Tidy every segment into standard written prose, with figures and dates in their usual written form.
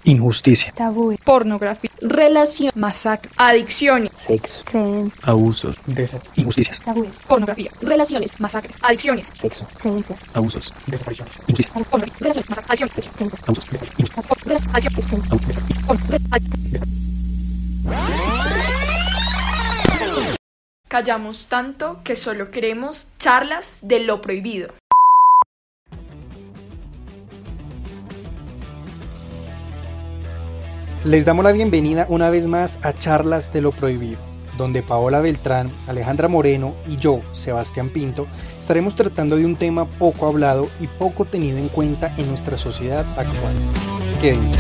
injusticia, tabú, pornografía, relación, masacre, adicciones, sexo, creencias, abusos, injusticias, tabú, pornografía, relaciones, masacres, adicciones, sexo, creencias, abusos, desapariciones, injusticias, pornografía, relaciones, masacres, adicciones, creencias, abusos, Callamos tanto que solo queremos charlas de lo prohibido. Les damos la bienvenida una vez más a Charlas de lo Prohibido, donde Paola Beltrán, Alejandra Moreno y yo, Sebastián Pinto, estaremos tratando de un tema poco hablado y poco tenido en cuenta en nuestra sociedad actual. Quédense.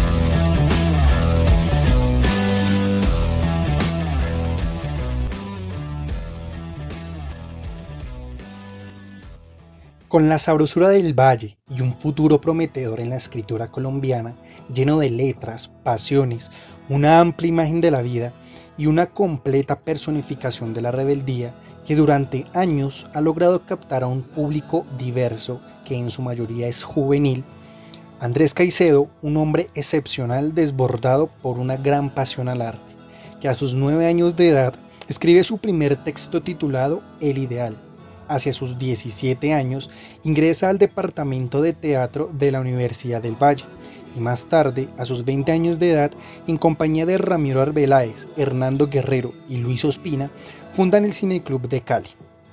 Con la sabrosura del valle y un futuro prometedor en la escritura colombiana, lleno de letras, pasiones, una amplia imagen de la vida y una completa personificación de la rebeldía que durante años ha logrado captar a un público diverso que en su mayoría es juvenil, Andrés Caicedo, un hombre excepcional desbordado por una gran pasión al arte, que a sus 9 años de edad escribe su primer texto titulado El Ideal. Hacia sus 17 años ingresa al departamento de teatro de la Universidad del Valle y más tarde, a sus 20 años de edad, en compañía de Ramiro Arbeláez, Hernando Guerrero y Luis Ospina, fundan el Cineclub de Cali.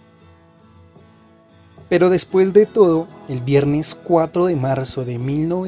Pero después de todo, el viernes 4 de marzo de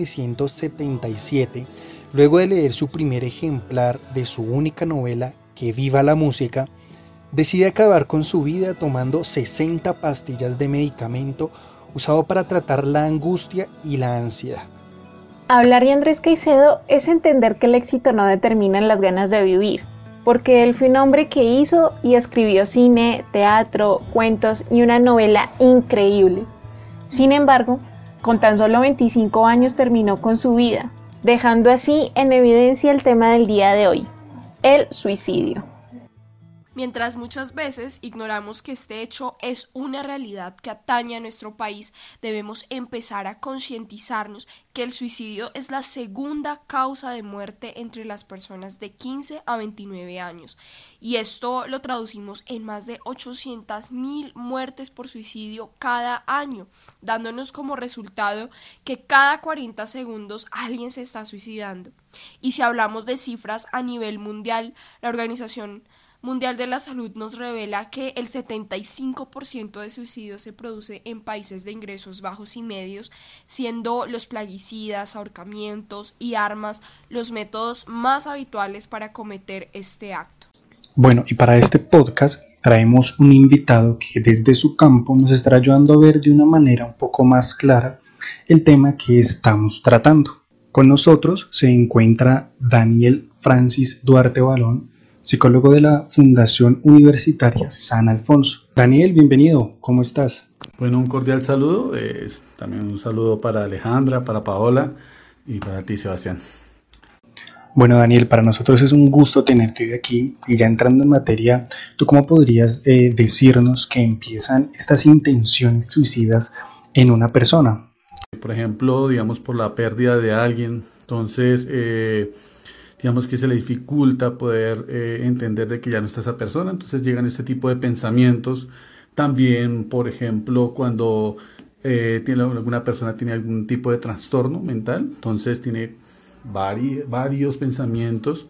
1977, luego de leer su primer ejemplar de su única novela, Que viva la música, decide acabar con su vida tomando 60 pastillas de medicamento usado para tratar la angustia y la ansiedad. Hablar de Andrés Caicedo es entender que el éxito no determina las ganas de vivir, porque él fue un hombre que hizo y escribió cine, teatro, cuentos y una novela increíble. Sin embargo, con tan solo 25 años terminó con su vida, dejando así en evidencia el tema del día de hoy, el suicidio. Mientras muchas veces ignoramos que este hecho es una realidad que atañe a nuestro país, debemos empezar a concientizarnos que el suicidio es la segunda causa de muerte entre las personas de 15 a 29 años. Y esto lo traducimos en más de 800,000 muertes por suicidio cada año, dándonos como resultado que cada 40 segundos alguien se está suicidando. Y si hablamos de cifras a nivel mundial, la Organización Mundial de la Salud nos revela que el 75% de suicidios se produce en países de ingresos bajos y medios, siendo los plaguicidas, ahorcamientos y armas los métodos más habituales para cometer este acto. Bueno, y para este podcast traemos un invitado que desde su campo nos estará ayudando a ver de una manera un poco más clara el tema que estamos tratando. Con nosotros se encuentra Daniel Francis Duarte Balón, psicólogo de la Fundación Universitaria San Alfonso. Daniel, bienvenido, ¿cómo estás? Bueno, un cordial saludo, también un saludo para Alejandra, para Paola y para ti, Sebastián. Bueno, Daniel, para nosotros es un gusto tenerte hoy aquí y ya entrando en materia, ¿tú cómo podrías decirnos que empiezan estas intenciones suicidas en una persona? Por ejemplo, digamos por la pérdida de alguien, entonces digamos que se le dificulta poder entender de que ya no está esa persona, entonces llegan este tipo de pensamientos. También, por ejemplo, cuando alguna persona tiene algún tipo de trastorno mental, entonces tiene varios pensamientos.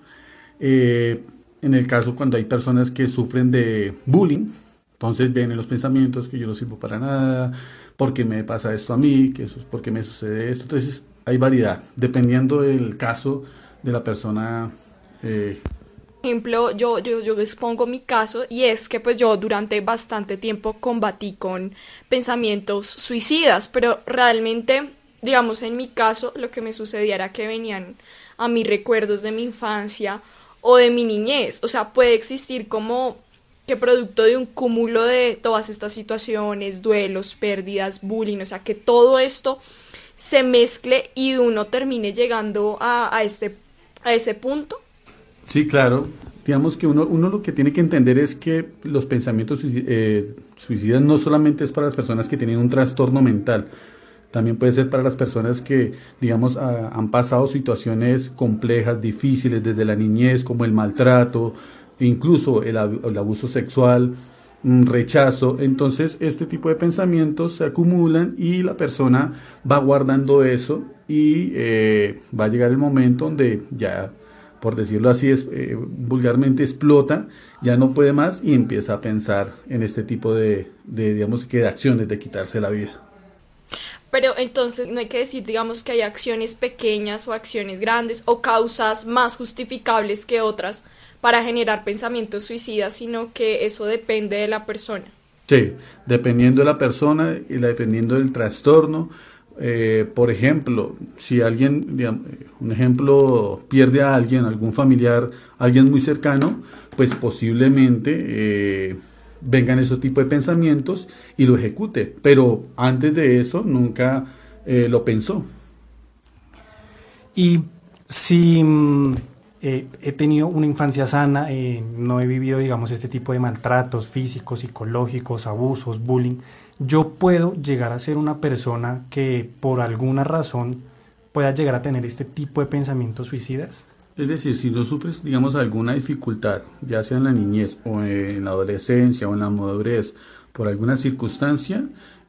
En el caso cuando hay personas que sufren de bullying, entonces vienen los pensamientos que yo no sirvo para nada, ¿por qué me pasa esto a mí? ¿Por qué me sucede esto? Entonces hay variedad, dependiendo del caso de la persona. Por ejemplo, yo expongo mi caso y es que pues yo durante bastante tiempo combatí con pensamientos suicidas, pero realmente, digamos en mi caso, lo que me sucedía era que venían a mí recuerdos de mi infancia o de mi niñez, o sea, puede existir como que producto de un cúmulo de todas estas situaciones, duelos, pérdidas, bullying, o sea, que todo esto se mezcle y uno termine llegando a ese punto. Sí, claro. Digamos que uno lo que tiene que entender es que los pensamientos suicidas no solamente es para las personas que tienen un trastorno mental. También puede ser para las personas que, digamos, han pasado situaciones complejas, difíciles desde la niñez, como el maltrato, incluso el abuso sexual, rechazo. Entonces, este tipo de pensamientos se acumulan y la persona va guardando eso y va a llegar el momento donde ya, por decirlo así, vulgarmente explota, ya no puede más y empieza a pensar en este tipo digamos, que de acciones de quitarse la vida. Pero entonces no hay que decir, digamos, que hay acciones pequeñas o acciones grandes o causas más justificables que otras para generar pensamientos suicidas, sino que eso depende de la persona. Sí, dependiendo de la persona y dependiendo del trastorno. Por ejemplo, si alguien, digamos, un ejemplo, pierde a alguien, algún familiar, alguien muy cercano, pues posiblemente vengan esos tipos de pensamientos y lo ejecute, pero antes de eso nunca lo pensó. Y si he tenido una infancia sana, no he vivido, digamos, este tipo de maltratos físicos, psicológicos, abusos, bullying, yo puedo llegar a ser una persona que por alguna razón pueda llegar a tener este tipo de pensamientos suicidas. Es decir, si no sufres, digamos, alguna dificultad, ya sea en la niñez o en la adolescencia o en la madurez, por alguna circunstancia,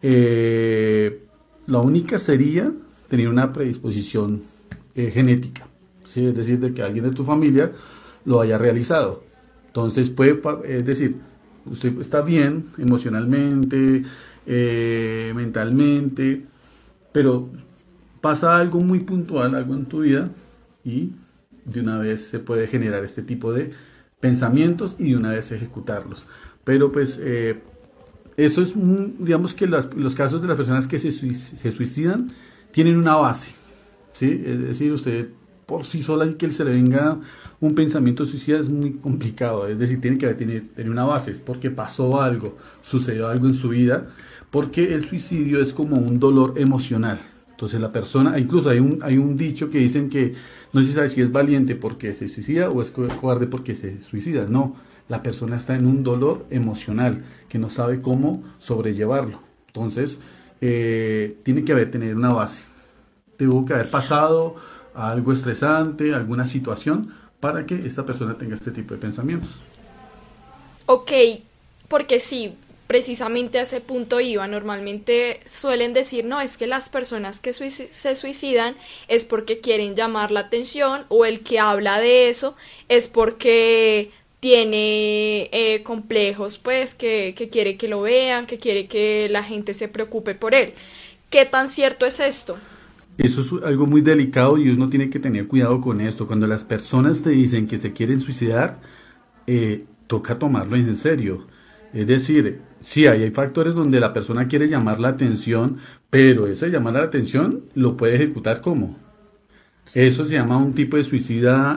la única sería tener una predisposición genética, ¿sí? Es decir, de que alguien de tu familia lo haya realizado. Entonces, es decir, usted está bien emocionalmente, mentalmente, pero pasa algo muy puntual, algo en tu vida, y de una vez se puede generar este tipo de pensamientos y de una vez ejecutarlos. Pero pues eso es, digamos que los casos de las personas que se suicidan tienen una base, ¿sí? Es decir, usted por sí sola y que se le venga un pensamiento suicida es muy complicado. Es decir, tiene que tener una base, es porque pasó algo, sucedió algo en su vida, porque el suicidio es como un dolor emocional. Entonces la persona, incluso hay un dicho que dicen que no se sabe si es valiente porque se suicida o es cobarde porque se suicida. No, la persona está en un dolor emocional que no sabe cómo sobrellevarlo. Entonces tiene que tener una base. Tuvo que haber pasado algo estresante, alguna situación para que esta persona tenga este tipo de pensamientos. Ok, porque sí, precisamente a ese punto iba. Normalmente suelen decir, no, es que las personas que se suicidan es porque quieren llamar la atención, o el que habla de eso es porque tiene complejos, pues, que quiere que lo vean, que quiere que la gente se preocupe por él. ¿Qué tan cierto es esto? Eso es algo muy delicado y uno tiene que tener cuidado con esto. Cuando las personas te dicen que se quieren suicidar, toca tomarlo en serio. Es decir, sí, hay factores donde la persona quiere llamar la atención, pero ese llamar la atención lo puede ejecutar ¿cómo? Eso se llama un tipo de suicida,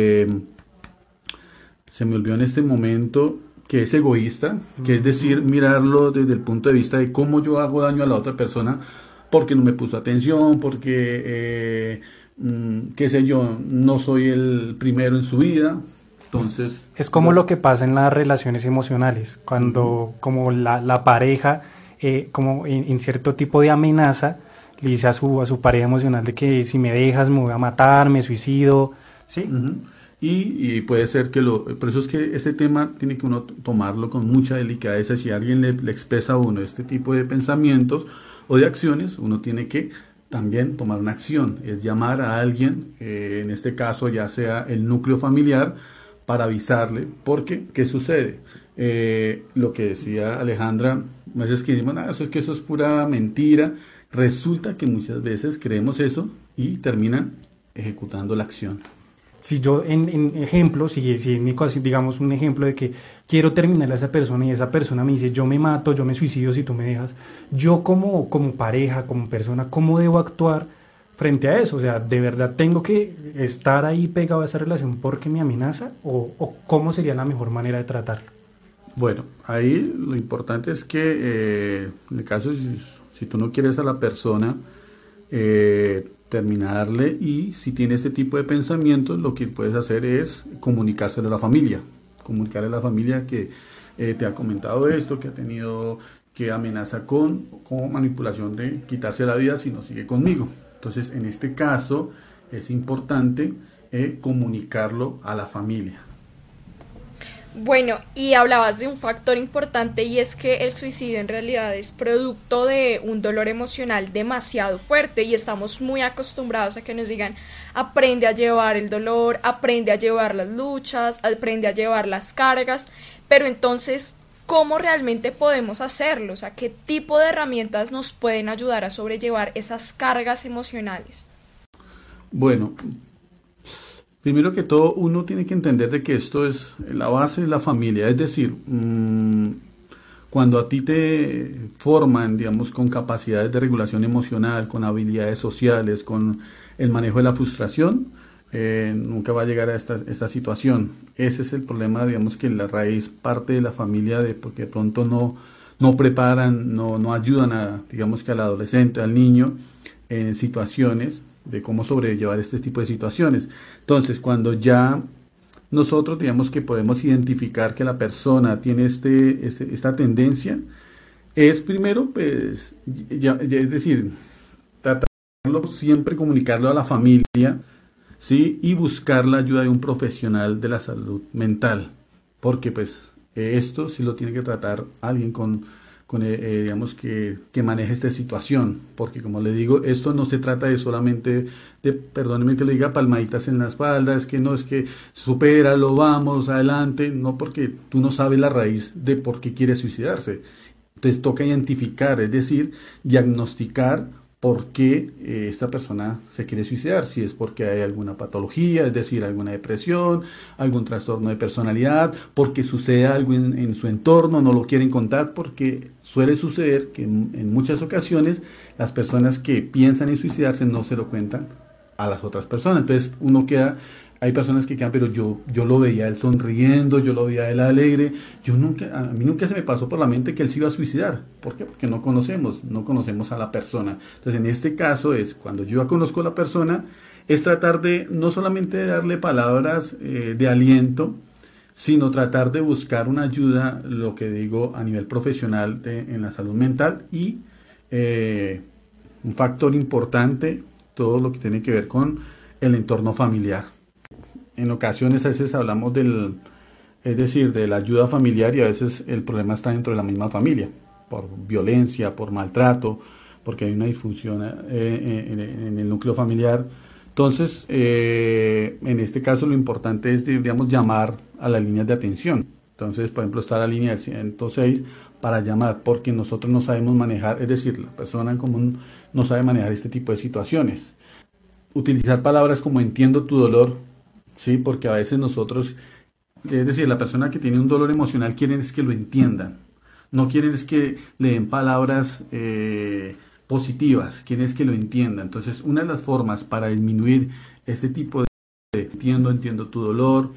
se me olvidó en este momento, que es egoísta, que es decir, mirarlo desde el punto de vista de cómo yo hago daño a la otra persona, porque no me puso atención, porque, qué sé yo, no soy el primero en su vida. Entonces, es como lo que pasa en las relaciones emocionales, cuando como la pareja, como en cierto tipo de amenaza, le dice a su pareja emocional de que si me dejas me voy a matar, me suicido, ¿sí? Y puede ser que por eso es que este tema tiene que uno tomarlo con mucha delicadeza. Si alguien le expresa a uno este tipo de pensamientos o de acciones, uno tiene que también tomar una acción, es llamar a alguien, en este caso ya sea el núcleo familiar, para avisarle, porque ¿qué sucede? Lo que decía Alejandra, a veces creemos, eso es pura mentira. Resulta que muchas veces creemos eso y terminan ejecutando la acción. Si yo en ejemplo, si en mi caso, digamos un ejemplo de que quiero terminar a esa persona y esa persona me dice yo me mato, yo me suicidio si tú me dejas, yo como pareja, como persona, ¿cómo debo actuar frente a eso? O sea, ¿de verdad tengo que estar ahí pegado a esa relación porque me amenaza? ¿O cómo sería la mejor manera de tratarlo? Bueno, ahí lo importante es que en el caso si tú no quieres a la persona, terminarle, y si tiene este tipo de pensamientos, lo que puedes hacer es comunicárselo a la familia, comunicarle a la familia que te ha comentado esto, que ha tenido, que amenaza con manipulación de quitarse la vida si no sigue conmigo. Entonces, en este caso, es importante comunicarlo a la familia. Bueno, y hablabas de un factor importante y es que el suicidio en realidad es producto de un dolor emocional demasiado fuerte y estamos muy acostumbrados a que nos digan aprende a llevar el dolor, aprende a llevar las luchas, aprende a llevar las cargas, pero entonces, ¿cómo realmente podemos hacerlo? O sea, ¿qué tipo de herramientas nos pueden ayudar a sobrellevar esas cargas emocionales? Bueno, primero que todo, uno tiene que entender de que esto es la base de la familia, es decir, cuando a ti te forman, digamos, con capacidades de regulación emocional, con habilidades sociales, con el manejo de la frustración, nunca va a llegar a esta situación. Ese es el problema, digamos, que la raíz parte de la familia, porque de pronto no preparan, no ayudan digamos, que al adolescente, al niño, en situaciones de cómo sobrellevar este tipo de situaciones. Entonces, cuando ya nosotros digamos que podemos identificar que la persona tiene esta tendencia, es primero, pues, es decir, tratarlo siempre, comunicarlo a la familia, ¿sí? Y buscar la ayuda de un profesional de la salud mental, porque pues esto sí lo tiene que tratar alguien digamos que maneje esta situación, porque como le digo, esto no se trata de solamente perdónenme que le diga, palmaditas en la espalda, es que supéralo, vamos, adelante, no, porque tú no sabes la raíz de por qué quiere suicidarse. Entonces toca identificar, es decir, diagnosticar por qué esta persona se quiere suicidar, si es porque hay alguna patología, es decir, alguna depresión, algún trastorno de personalidad, porque sucede algo en su entorno, no lo quieren contar, porque suele suceder que en muchas ocasiones las personas que piensan en suicidarse no se lo cuentan a las otras personas, entonces hay personas que quedan, pero yo lo veía él sonriendo, yo lo veía él alegre, a mí nunca se me pasó por la mente que él se iba a suicidar. ¿Por qué? Porque no conocemos a la persona. Entonces, en este caso cuando yo ya conozco a la persona, es tratar de, no solamente de darle palabras de aliento, sino tratar de buscar una ayuda, lo que digo, a nivel profesional en la salud mental y un factor importante, todo lo que tiene que ver con el entorno familiar. En ocasiones a veces hablamos de la ayuda familiar y a veces el problema está dentro de la misma familia, por violencia, por maltrato, porque hay una disfunción en el núcleo familiar. Entonces, en este caso lo importante es, digamos, llamar a las líneas de atención. Entonces, por ejemplo, está la línea del 106 para llamar, porque nosotros no sabemos manejar, es decir, la persona en común no sabe manejar este tipo de situaciones. Utilizar palabras como entiendo tu dolor, sí, porque a veces nosotros, es decir, la persona que tiene un dolor emocional quieren es que lo entiendan, no quieren es que le den palabras positivas, quieren es que lo entiendan. Entonces, una de las formas para disminuir este tipo de entiendo tu dolor,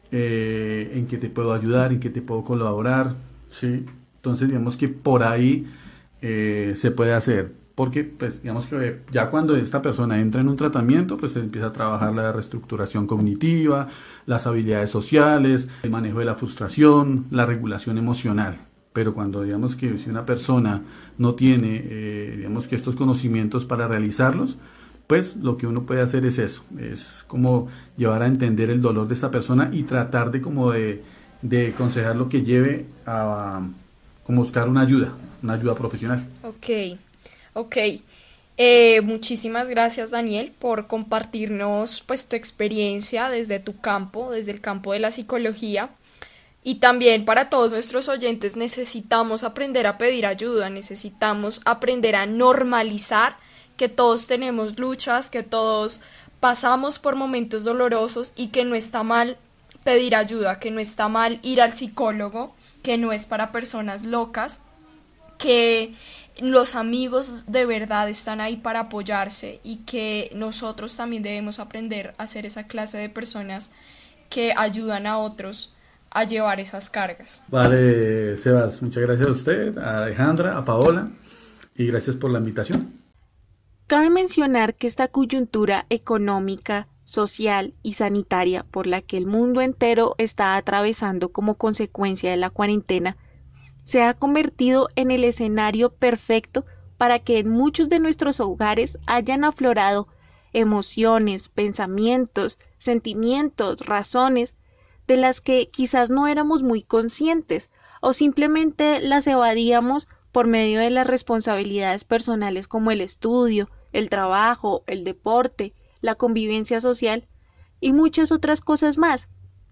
en qué te puedo ayudar, en qué te puedo colaborar, sí. Entonces, digamos que por ahí se puede hacer. Porque, pues, digamos que ya cuando esta persona entra en un tratamiento, pues se empieza a trabajar la reestructuración cognitiva, las habilidades sociales, el manejo de la frustración, la regulación emocional. Pero cuando, digamos que si una persona no tiene, digamos que estos conocimientos para realizarlos, pues lo que uno puede hacer es eso, es como llevar a entender el dolor de esta persona y tratar de aconsejarlo que lleve a como buscar una ayuda profesional. Ok, muchísimas gracias, Daniel, por compartirnos pues tu experiencia desde tu campo, desde el campo de la psicología. Y también para todos nuestros oyentes necesitamos aprender a pedir ayuda, necesitamos aprender a normalizar que todos tenemos luchas, que todos pasamos por momentos dolorosos y que no está mal pedir ayuda, que no está mal ir al psicólogo, que no es para personas locas, que los amigos de verdad están ahí para apoyarse y que nosotros también debemos aprender a ser esa clase de personas que ayudan a otros a llevar esas cargas. Vale, Sebas, muchas gracias a usted, a Alejandra, a Paola, y gracias por la invitación. Cabe mencionar que esta coyuntura económica, social y sanitaria por la que el mundo entero está atravesando como consecuencia de la cuarentena se ha convertido en el escenario perfecto para que en muchos de nuestros hogares hayan aflorado emociones, pensamientos, sentimientos, razones de las que quizás no éramos muy conscientes o simplemente las evadíamos por medio de las responsabilidades personales como el estudio, el trabajo, el deporte, la convivencia social y muchas otras cosas más.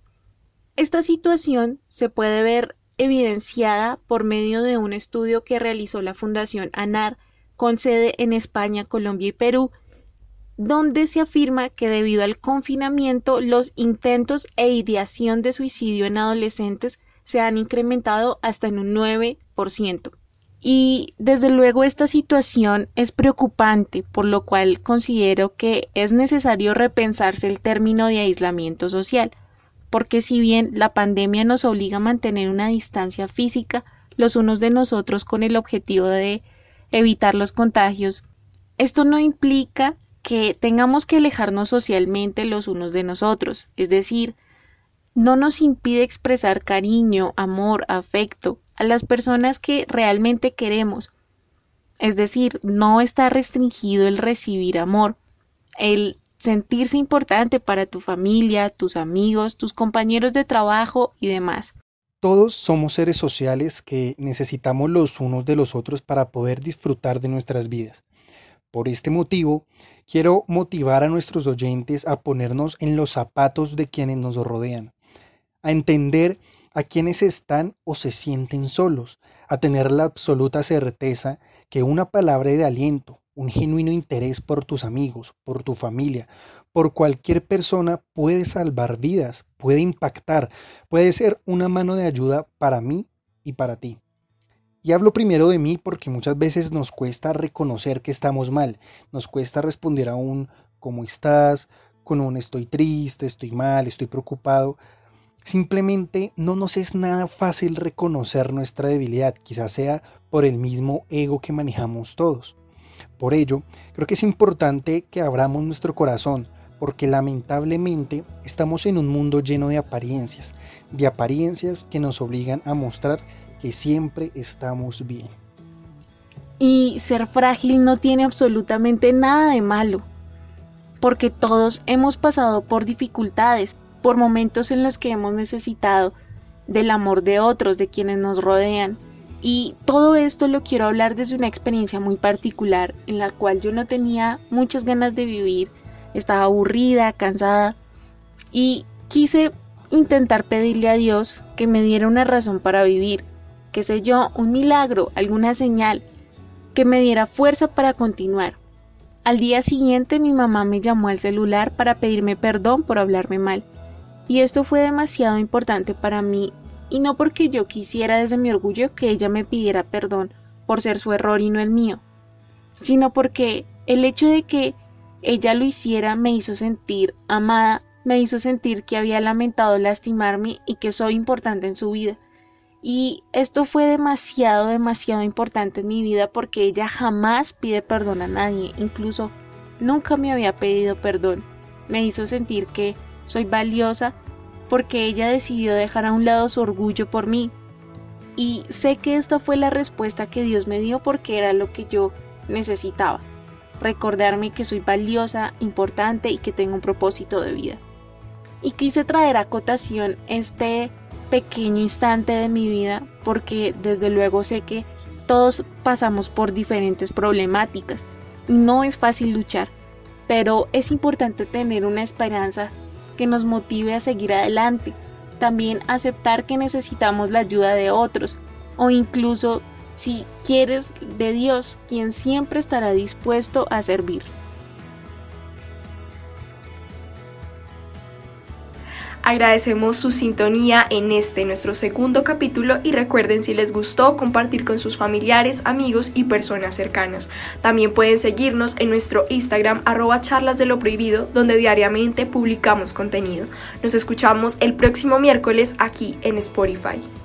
Esta situación se puede ver evidenciada por medio de un estudio que realizó la Fundación ANAR con sede en España, Colombia y Perú, donde se afirma que debido al confinamiento los intentos e ideación de suicidio en adolescentes se han incrementado hasta en un 9%. Y desde luego esta situación es preocupante, por lo cual considero que es necesario repensarse el término de aislamiento social, porque si bien la pandemia nos obliga a mantener una distancia física los unos de nosotros con el objetivo de evitar los contagios, esto no implica que tengamos que alejarnos socialmente los unos de nosotros, es decir, no nos impide expresar cariño, amor, afecto a las personas que realmente queremos. Es decir, no está restringido el recibir amor, el sentirse importante para tu familia, tus amigos, tus compañeros de trabajo y demás. Todos somos seres sociales que necesitamos los unos de los otros para poder disfrutar de nuestras vidas. Por este motivo, quiero motivar a nuestros oyentes a ponernos en los zapatos de quienes nos rodean, a entender a quienes están o se sienten solos, a tener la absoluta certeza que una palabra de aliento, un genuino interés por tus amigos, por tu familia, por cualquier persona puede salvar vidas, puede impactar, puede ser una mano de ayuda para mí y para ti. Y hablo primero de mí porque muchas veces nos cuesta reconocer que estamos mal, nos cuesta responder a un ¿cómo estás? Con un estoy triste, estoy mal, estoy preocupado. Simplemente no nos es nada fácil reconocer nuestra debilidad, quizás sea por el mismo ego que manejamos todos. Por ello, creo que es importante que abramos nuestro corazón, porque lamentablemente estamos en un mundo lleno de apariencias que nos obligan a mostrar que siempre estamos bien. Y ser frágil no tiene absolutamente nada de malo, porque todos hemos pasado por dificultades, por momentos en los que hemos necesitado del amor de otros, de quienes nos rodean. Y todo esto lo quiero hablar desde una experiencia muy particular, en la cual yo no tenía muchas ganas de vivir, estaba aburrida, cansada, y quise intentar pedirle a Dios que me diera una razón para vivir, qué sé yo, un milagro, alguna señal, que me diera fuerza para continuar. Al día siguiente mi mamá me llamó al celular para pedirme perdón por hablarme mal. Y esto fue demasiado importante para mí, y no porque yo quisiera desde mi orgullo que ella me pidiera perdón por ser su error y no el mío, sino porque el hecho de que ella lo hiciera me hizo sentir amada, me hizo sentir que había lamentado lastimarme y que soy importante en su vida. Y esto fue demasiado importante en mi vida porque ella jamás pide perdón a nadie, incluso nunca me había pedido perdón. Me hizo sentir que soy valiosa porque ella decidió dejar a un lado su orgullo por mí. Y sé que esta fue la respuesta que Dios me dio porque era lo que yo necesitaba. Recordarme que soy valiosa, importante y que tengo un propósito de vida. Y quise traer a cotación este pequeño instante de mi vida porque desde luego sé que todos pasamos por diferentes problemáticas y no es fácil luchar, pero es importante tener una esperanza que nos motive a seguir adelante, también aceptar que necesitamos la ayuda de otros o incluso, si quieres, de Dios, quien siempre estará dispuesto a servir. Agradecemos su sintonía en nuestro segundo capítulo y recuerden, si les gustó, compartir con sus familiares, amigos y personas cercanas. También pueden seguirnos en nuestro Instagram @charlasdeloprohibido, donde diariamente publicamos contenido. Nos escuchamos el próximo miércoles aquí en Spotify.